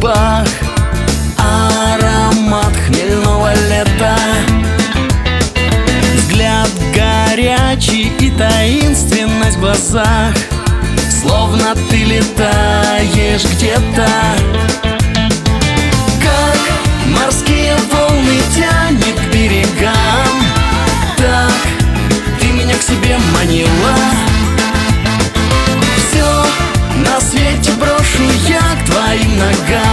губах аромат хмельного лета. Взгляд горячий и таинственность в глазах, словно ты летаешь где-то. Как морские волны тянет к берегам, так ты меня к себе манила. Все на свете брошу я к твоим ногам.